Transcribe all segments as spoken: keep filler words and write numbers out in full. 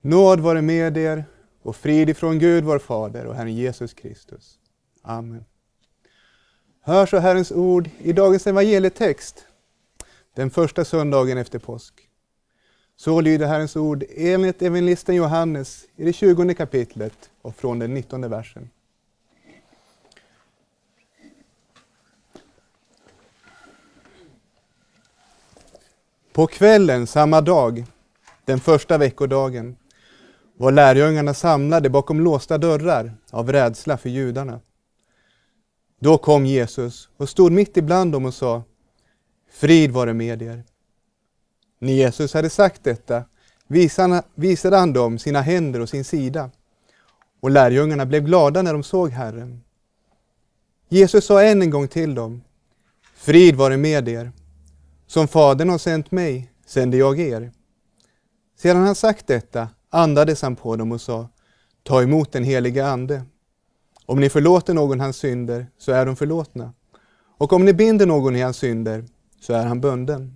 Nåd vare med er och frid ifrån Gud vår Fader och Herren Jesus Kristus. Amen. Hör så Herrens ord i dagens evangelietext, den första söndagen efter påsk. Så lyder Herrens ord enligt evangelisten Johannes i det tjugonde kapitlet och från den nittonde versen. På kvällen samma dag, den första veckodagen, var lärjungarna samlade bakom låsta dörrar av rädsla för judarna. Då kom Jesus och stod mitt ibland dem och sa: Frid vare med er. När Jesus hade sagt detta visade han dem sina händer och sin sida, och lärjungarna blev glada när de såg Herren. Jesus sa än en gång till dem: Frid vare med er. Som Fadern har sänt mig, sände jag er. Sedan han sagt detta andades han på dem och sa: Ta emot den helige ande. Om ni förlåter någon hans synder, så är de förlåtna. Och om ni binder någon i hans synder, så är han bunden.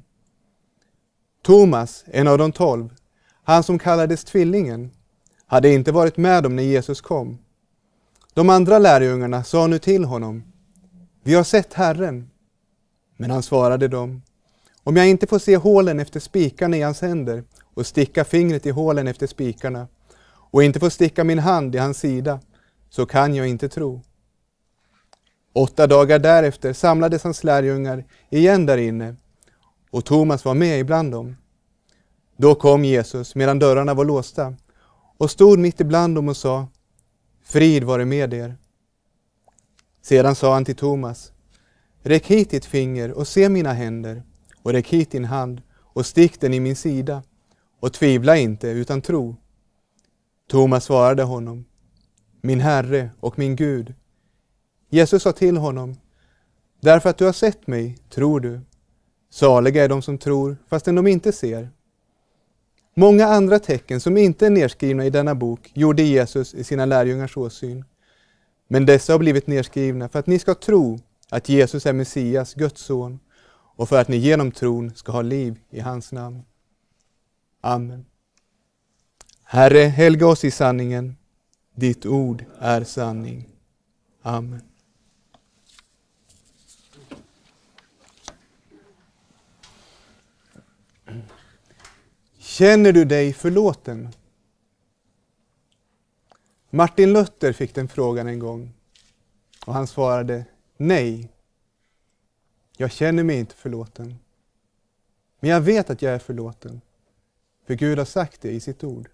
Thomas, en av de tolv, han som kallades tvillingen, hade inte varit med dem när Jesus kom. De andra lärjungarna sa nu till honom: Vi har sett Herren. Men han svarade dem: Om jag inte får se hålen efter spikarna i hans händer och sticka fingret i hålen efter spikarna och inte får sticka min hand i hans sida, så kan jag inte tro. Åtta dagar därefter samlades hans lärjungar igen där inne, och Thomas var med ibland dem. Då kom Jesus medan dörrarna var låsta och stod mitt ibland dem och sa: Frid vare med er. Sedan sa han till Thomas: Räck hit ditt finger och se mina händer, och räck hit din hand och stick den i min sida, och tvivla inte utan tro. Thomas svarade honom: Min Herre och min Gud. Jesus sa till honom: Därför att du har sett mig, tror du. Saliga är de som tror, fastän de inte ser. Många andra tecken som inte är nedskrivna i denna bok gjorde Jesus i sina lärjungars åsyn. Men dessa har blivit nedskrivna för att ni ska tro att Jesus är Messias, Guds son, och för att ni genom tron ska ha liv i hans namn. Amen. Herre, helga oss i sanningen. Ditt ord är sanning. Amen. Känner du dig förlåten? Martin Luther fick den frågan en gång, och han svarade: Nej. Jag känner mig inte förlåten. Men jag vet att jag är förlåten, för Gud har sagt det i sitt ord.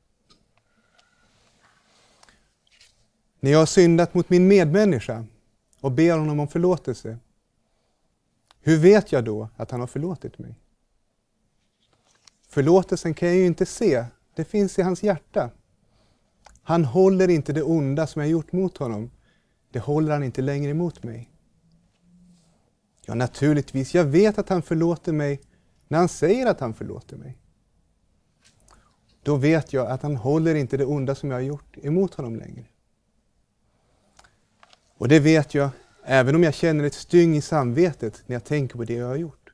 När jag har syndat mot min medmänniska och ber honom om förlåtelse, hur vet jag då att han har förlåtit mig? Förlåtelsen kan jag ju inte se, det finns i hans hjärta. Han håller inte det onda som jag gjort mot honom, det håller han inte längre emot mig. Ja, naturligtvis, jag vet att han förlåter mig när han säger att han förlåter mig. Då vet jag att han håller inte det onda som jag har gjort emot honom längre. Och det vet jag även om jag känner ett styng i samvetet när jag tänker på det jag har gjort.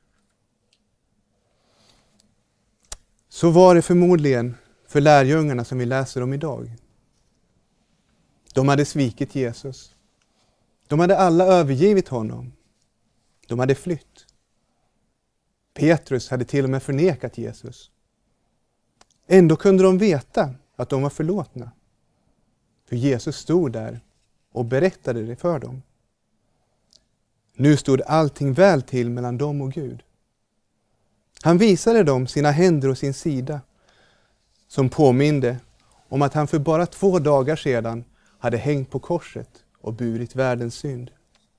Så var det förmodligen för lärjungarna som vi läser om idag. De hade svikit Jesus. De hade alla övergivit honom. De hade flytt. Petrus hade till och med förnekat Jesus. Ändå kunde de veta att de var förlåtna. För Jesus stod där och berättade det för dem. Nu stod allting väl till mellan dem och Gud. Han visade dem sina händer och sin sida, som påminde om att han för bara två dagar sedan hade hängt på korset och burit världens synd.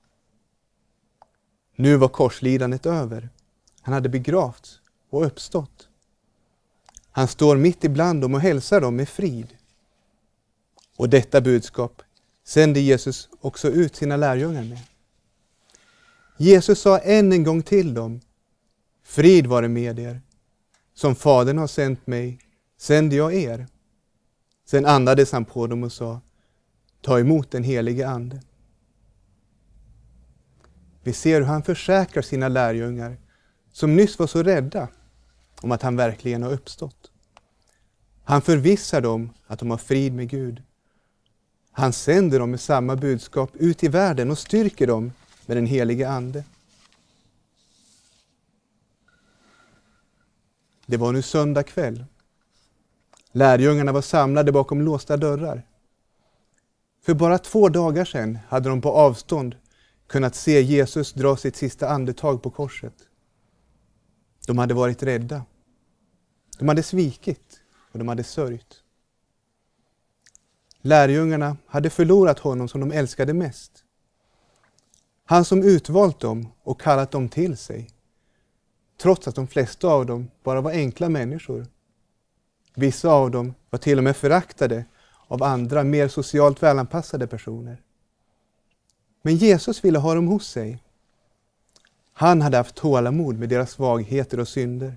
Nu var korslidandet över. Han hade begravts och uppstått. Han står mitt ibland dem och hälsar dem med frid. Och detta budskap sände Jesus också ut sina lärjungar med. Jesus sa än en gång till dem: Frid vare med er. Som Fadern har sänt mig, sände jag er. Sen andades han på dem och sa: Ta emot den helige ande. Vi ser hur han försäkrar sina lärjungar, som nyss var så rädda, om att han verkligen har uppstått. Han förvissar dem att de har frid med Gud. Han sänder dem med samma budskap ut i världen och styrker dem med den helige Ande. Det var nu söndag kväll. Lärjungarna var samlade bakom låsta dörrar. För bara två dagar sedan hade de på avstånd kunnat se Jesus dra sitt sista andetag på korset. De hade varit rädda. De hade svikit och de hade sörjt. Lärjungarna hade förlorat honom som de älskade mest. Han som utvalt dem och kallat dem till sig. Trots att de flesta av dem bara var enkla människor. Vissa av dem var till och med föraktade av andra mer socialt välanpassade personer. Men Jesus ville ha dem hos sig. Han hade haft tålamod med deras svagheter och synder.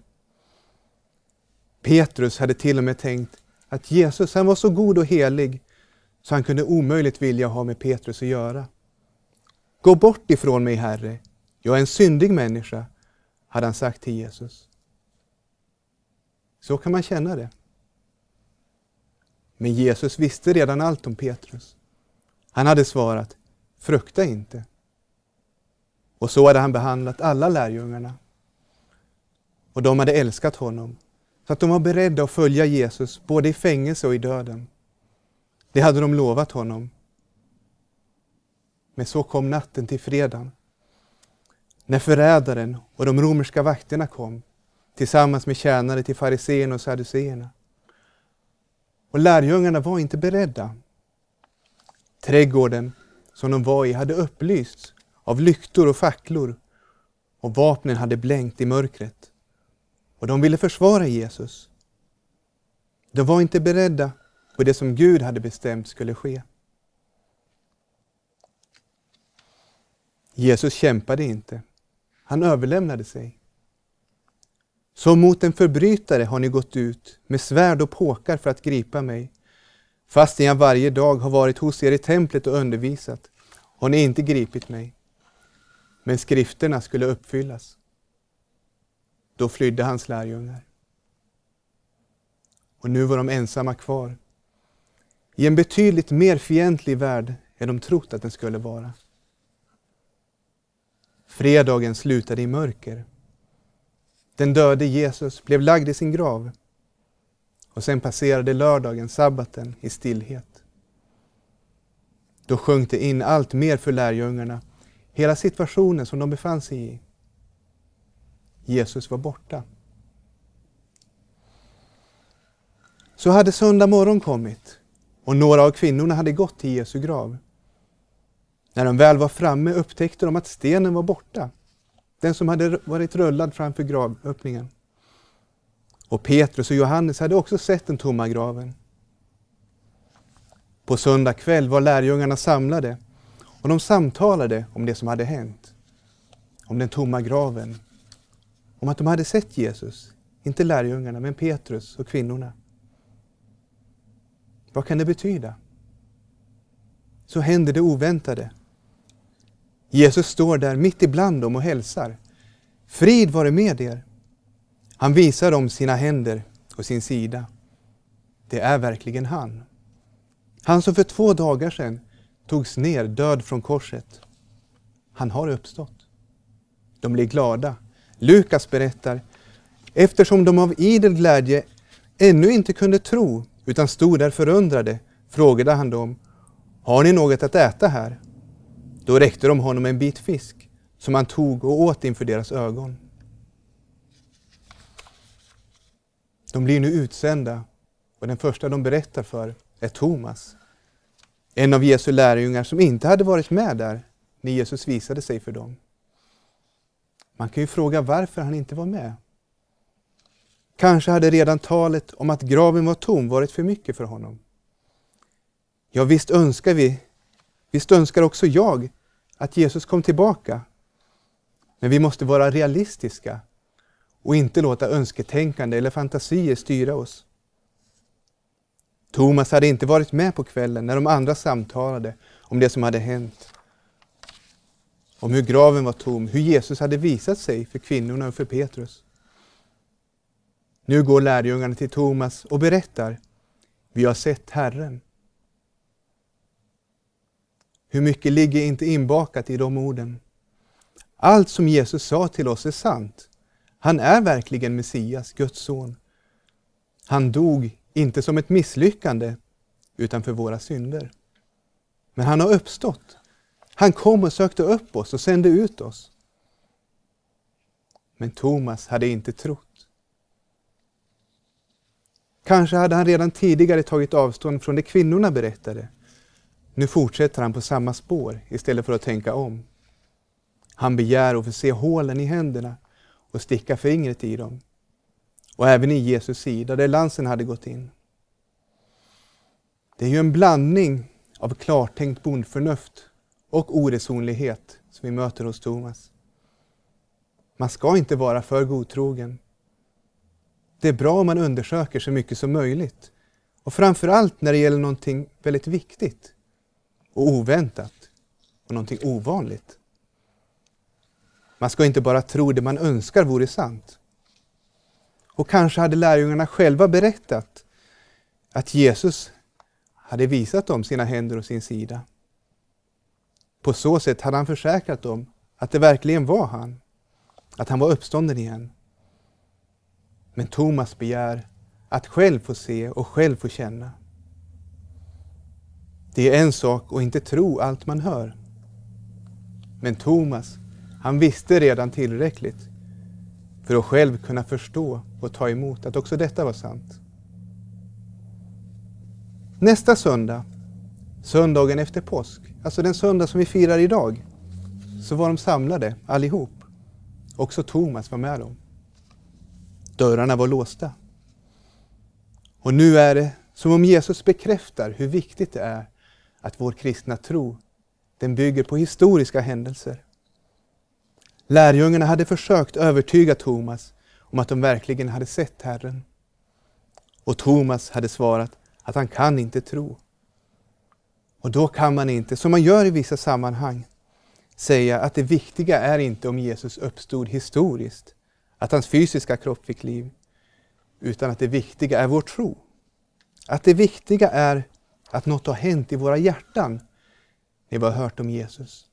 Petrus hade till och med tänkt att Jesus han var så god och helig så han kunde omöjligt vilja ha med Petrus att göra. Gå bort ifrån mig, Herre. Jag är en syndig människa, hade han sagt till Jesus. Så kan man känna det. Men Jesus visste redan allt om Petrus. Han hade svarat, frukta inte. Och så hade han behandlat alla lärjungarna. Och de hade älskat honom, så att de var beredda att följa Jesus både i fängelse och i döden. Det hade de lovat honom. Men så kom natten till fredagen. När förrädaren och de romerska vakterna kom, tillsammans med tjänare till fariseerna och sadduceerna. Och lärjungarna var inte beredda. Trädgården som de var i hade upplysts av lyktor och facklor, och vapnen hade blänkt i mörkret. Och de ville försvara Jesus. De var inte beredda på det som Gud hade bestämt skulle ske. Jesus kämpade inte. Han överlämnade sig. Så mot en förbrytare har ni gått ut med svärd och påkar för att gripa mig. Fastän jag varje dag har varit hos er i templet och undervisat, har ni inte gripit mig. Men skrifterna skulle uppfyllas. Då flydde hans lärjungar. Och nu var de ensamma kvar. I en betydligt mer fientlig värld än de trott att den skulle vara. Fredagen slutade i mörker. Den döde Jesus blev lagd i sin grav. Och sen passerade lördagen, sabbaten, i stillhet. Då sjönk det in allt mer för lärjungarna, hela situationen som de befann sig i. Jesus var borta. Så hade söndag morgon kommit och några av kvinnorna hade gått till Jesu grav. När de väl var framme upptäckte de att stenen var borta. Den som hade varit rullad framför gravöppningen. Och Petrus och Johannes hade också sett den tomma graven. På söndag kväll var lärjungarna samlade och de samtalade om det som hade hänt. Om den tomma graven. Om att de hade sett Jesus. Inte lärjungarna, men Petrus och kvinnorna. Vad kan det betyda? Så händer det oväntade. Jesus står där mitt ibland dem och hälsar. Frid vare med er. Han visar dem sina händer och sin sida. Det är verkligen han. Han som för två dagar sedan togs ner död från korset. Han har uppstått. De blir glada. Lukas berättar, eftersom de av idel glädje ännu inte kunde tro utan stod där förundrade, frågade han dem, har ni något att äta här? Då räckte de honom en bit fisk som han tog och åt inför deras ögon. De blir nu utsända och den första de berättar för är Thomas. En av Jesu lärjungar som inte hade varit med där när Jesus visade sig för dem. Man kan ju fråga varför han inte var med. Kanske hade redan talet om att graven var tom varit för mycket för honom. Ja, visst önskar vi, visst önskar också jag att Jesus kom tillbaka. Men vi måste vara realistiska och inte låta önsketänkande eller fantasier styra oss. Thomas hade inte varit med på kvällen när de andra samtalade om det som hade hänt. Om hur graven var tom, hur Jesus hade visat sig för kvinnorna och för Petrus. Nu går lärjungarna till Thomas och berättar: vi har sett Herren. Hur mycket ligger inte inbakat i de orden? Allt som Jesus sa till oss är sant. Han är verkligen Messias, Guds son. Han dog inte som ett misslyckande, utan för våra synder. Men han har uppstått. Han kom och sökte upp oss och sände ut oss. Men Thomas hade inte trott. Kanske hade han redan tidigare tagit avstånd från det kvinnorna berättade. Nu fortsätter han på samma spår istället för att tänka om. Han begär att få se hålen i händerna och sticka fingret i dem. Och även i Jesus sida där lansen hade gått in. Det är ju en blandning av klartänkt bondförnuft och oresonlighet som vi möter hos Thomas. Man ska inte vara för godtrogen. Det är bra om man undersöker så mycket som möjligt. Och framförallt när det gäller någonting väldigt viktigt och oväntat och någonting ovanligt. Man ska inte bara tro det man önskar vore sant. Och kanske hade lärjungarna själva berättat att Jesus hade visat dem sina händer och sin sida. På så sätt hade han försäkrat dem att det verkligen var han. Att han var uppstånden igen. Men Thomas begär att själv få se och själv få känna. Det är en sak att inte tro allt man hör. Men Thomas, han visste redan tillräckligt för att själv kunna förstå och ta emot att också detta var sant. Nästa söndag, söndagen efter påsk, alltså den söndag som vi firar idag, så var de samlade allihop. Också Thomas var med dem. Dörrarna var låsta. Och nu är det som om Jesus bekräftar hur viktigt det är att vår kristna tro, den bygger på historiska händelser. Lärjungarna hade försökt övertyga Thomas om att de verkligen hade sett Herren. Och Thomas hade svarat att han kan inte tro. Och då kan man inte, som man gör i vissa sammanhang, säga att det viktiga är inte om Jesus uppstod historiskt, att hans fysiska kropp fick liv, utan att det viktiga är vår tro. Att det viktiga är att något har hänt i våra hjärtan när vi har hört om Jesus.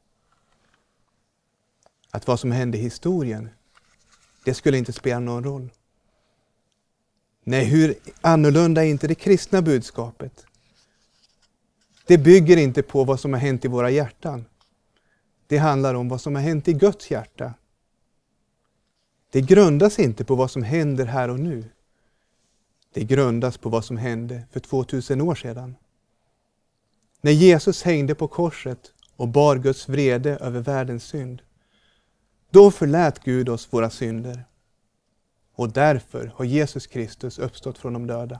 Att vad som hände i historien, det skulle inte spela någon roll. Nej, hur annorlunda är inte det kristna budskapet? Det bygger inte på vad som har hänt i våra hjärtan. Det handlar om vad som har hänt i Guds hjärta. Det grundas inte på vad som händer här och nu. Det grundas på vad som hände för tvåtusen år sedan. När Jesus hängde på korset och bar Guds vrede över världens synd. Då förlät Gud oss våra synder. Och därför har Jesus Kristus uppstått från de döda.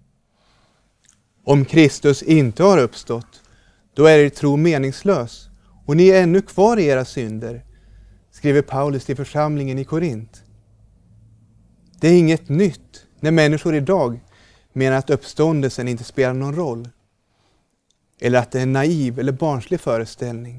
Om Kristus inte har uppstått, då är er tro meningslös. Och ni är ännu kvar i era synder, skriver Paulus till församlingen i Korint. Det är inget nytt när människor idag menar att uppståndelsen inte spelar någon roll. Eller att det är en naiv eller barnslig föreställning.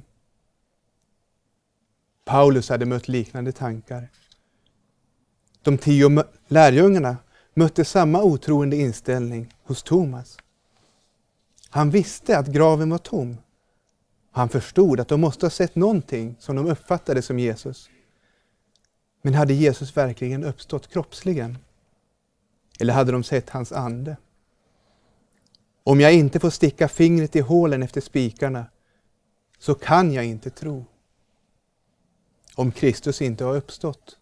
Paulus hade mött liknande tankar. De tio lärjungarna mötte samma otroende inställning hos Thomas. Han visste att graven var tom. Han förstod att de måste ha sett någonting som de uppfattade som Jesus. Men hade Jesus verkligen uppstått kroppsligen? Eller hade de sett hans ande? Om jag inte får sticka fingret i hålen efter spikarna, så kan jag inte tro. Om Kristus inte har uppstått.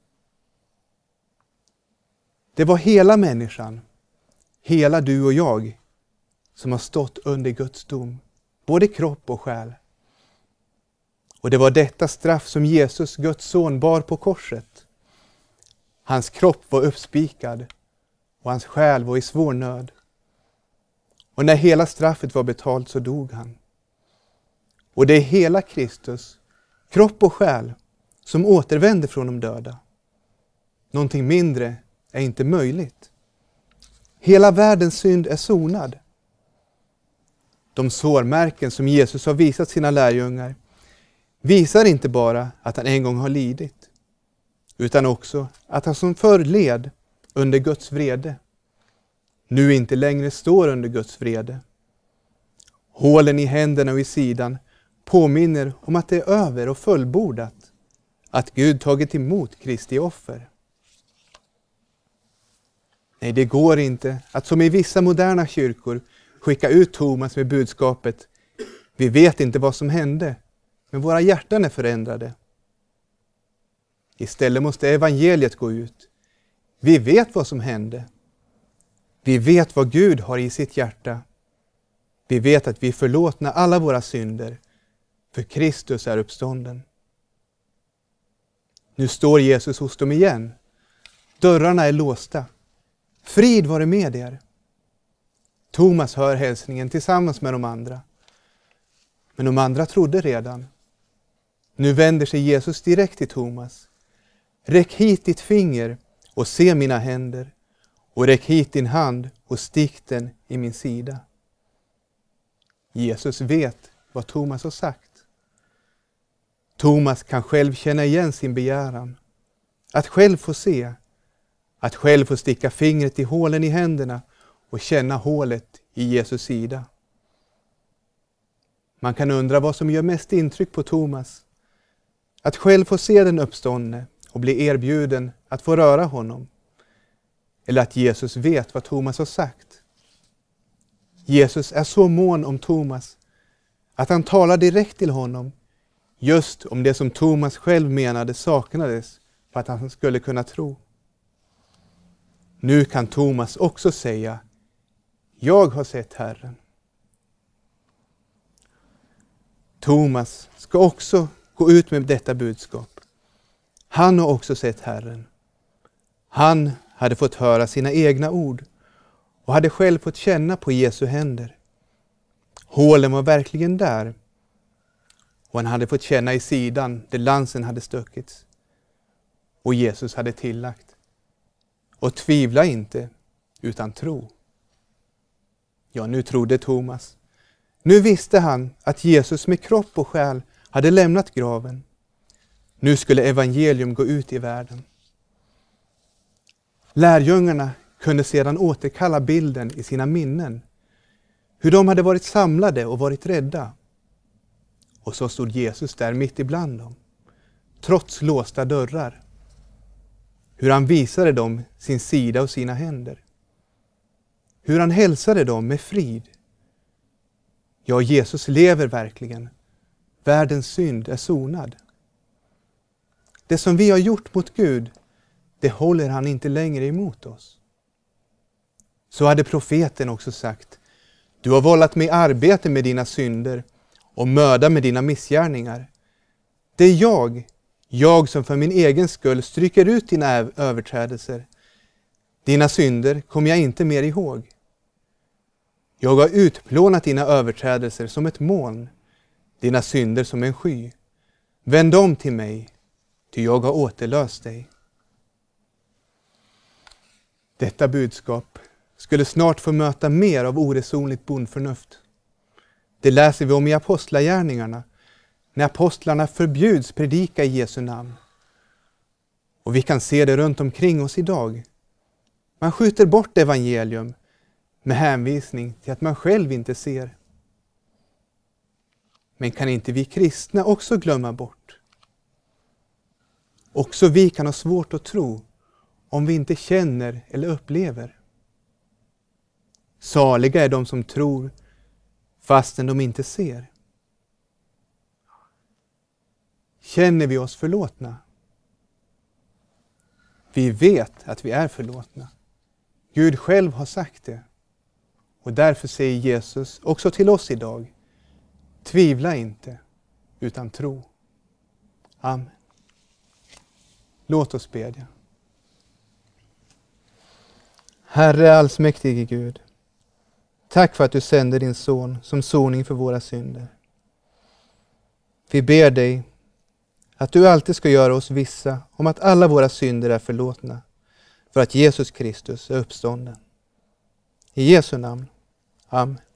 Det var hela människan, hela du och jag, som har stått under Guds dom, både kropp och själ. Och det var detta straff som Jesus, Guds son, bar på korset. Hans kropp var uppspikad och hans själ var i svår nöd. Och när hela straffet var betalt så dog han. Och det är hela Kristus, kropp och själ, som återvänder från de döda. Någonting mindre är inte möjligt. Hela världens synd är sonad. De sårmärken som Jesus har visat sina lärjungar visar inte bara att han en gång har lidit, utan också att han som förr led under Guds vrede, nu inte längre står under Guds vrede. Hålen i händerna och i sidan påminner om att det är över och fullbordat, att Gud tagit emot Kristi offer. Nej, det går inte att som i vissa moderna kyrkor skicka ut Thomas med budskapet: vi vet inte vad som hände, men våra hjärtan är förändrade. Istället måste evangeliet gå ut. Vi vet vad som hände. Vi vet vad Gud har i sitt hjärta. Vi vet att vi är förlåtna alla våra synder, för Kristus är uppstånden. Nu står Jesus hos dem igen. Dörrarna är låsta. Frid vare med er. Thomas hör hälsningen tillsammans med de andra. Men de andra trodde redan. Nu vänder sig Jesus direkt till Thomas. Räck hit ditt finger och se mina händer, och räck hit din hand och stick den i min sida. Jesus vet vad Thomas har sagt. Thomas kan själv känna igen sin begäran. Att själv få se. Att själv få sticka fingret i hålen i händerna och känna hålet i Jesus sida. Man kan undra vad som gör mest intryck på Thomas. Att själv få se den uppståndne och bli erbjuden att få röra honom. Eller att Jesus vet vad Thomas har sagt. Jesus är så mån om Thomas att han talar direkt till honom just om det som Thomas själv menade saknades för att han skulle kunna tro. Nu kan Thomas också säga: jag har sett Herren. Thomas ska också gå ut med detta budskap. Han har också sett Herren. Han hade fått höra sina egna ord och hade själv fått känna på Jesu händer. Hålen var verkligen där, och han hade fått känna i sidan där lansen hade stuckits. Och Jesus hade tillagt: och tvivla inte, utan tro. Ja, nu trodde Thomas. Nu visste han att Jesus med kropp och själ hade lämnat graven. Nu skulle evangelium gå ut i världen. Lärjungarna kunde sedan återkalla bilden i sina minnen. Hur de hade varit samlade och varit rädda. Och så stod Jesus där mitt ibland dem, trots låsta dörrar. Hur han visade dem sin sida och sina händer. Hur han hälsade dem med frid. Ja, Jesus lever verkligen. Världens synd är sonad. Det som vi har gjort mot Gud, det håller han inte längre emot oss. Så hade profeten också sagt: du har vållat mig arbete med dina synder och möda med dina missgärningar. Det är jag, jag som för min egen skull stryker ut dina överträdelser. Dina synder kommer jag inte mer ihåg. Jag har utplånat dina överträdelser som ett moln, dina synder som en sky. Vänd om till mig, ty jag har återlöst dig. Detta budskap skulle snart få möta mer av oresonligt bondförnuft. Det läser vi om i apostlagärningarna, när apostlarna förbjuds predika i Jesu namn. Och vi kan se det runt omkring oss idag. Man skjuter bort evangelium med hänvisning till att man själv inte ser. Men kan inte vi kristna också glömma bort? Också vi kan ha svårt att tro om vi inte känner eller upplever. Saliga är de som tror fastän de inte ser. Känner vi oss förlåtna? Vi vet att vi är förlåtna. Gud själv har sagt det. Och därför säger Jesus också till oss idag: tvivla inte, utan tro. Amen. Låt oss bedja. Herre allsmäktige Gud, tack för att du sände din son som soning för våra synder. Vi ber dig att du alltid ska göra oss vissa om att alla våra synder är förlåtna, för att Jesus Kristus är uppstånden. I Jesu namn. Amen.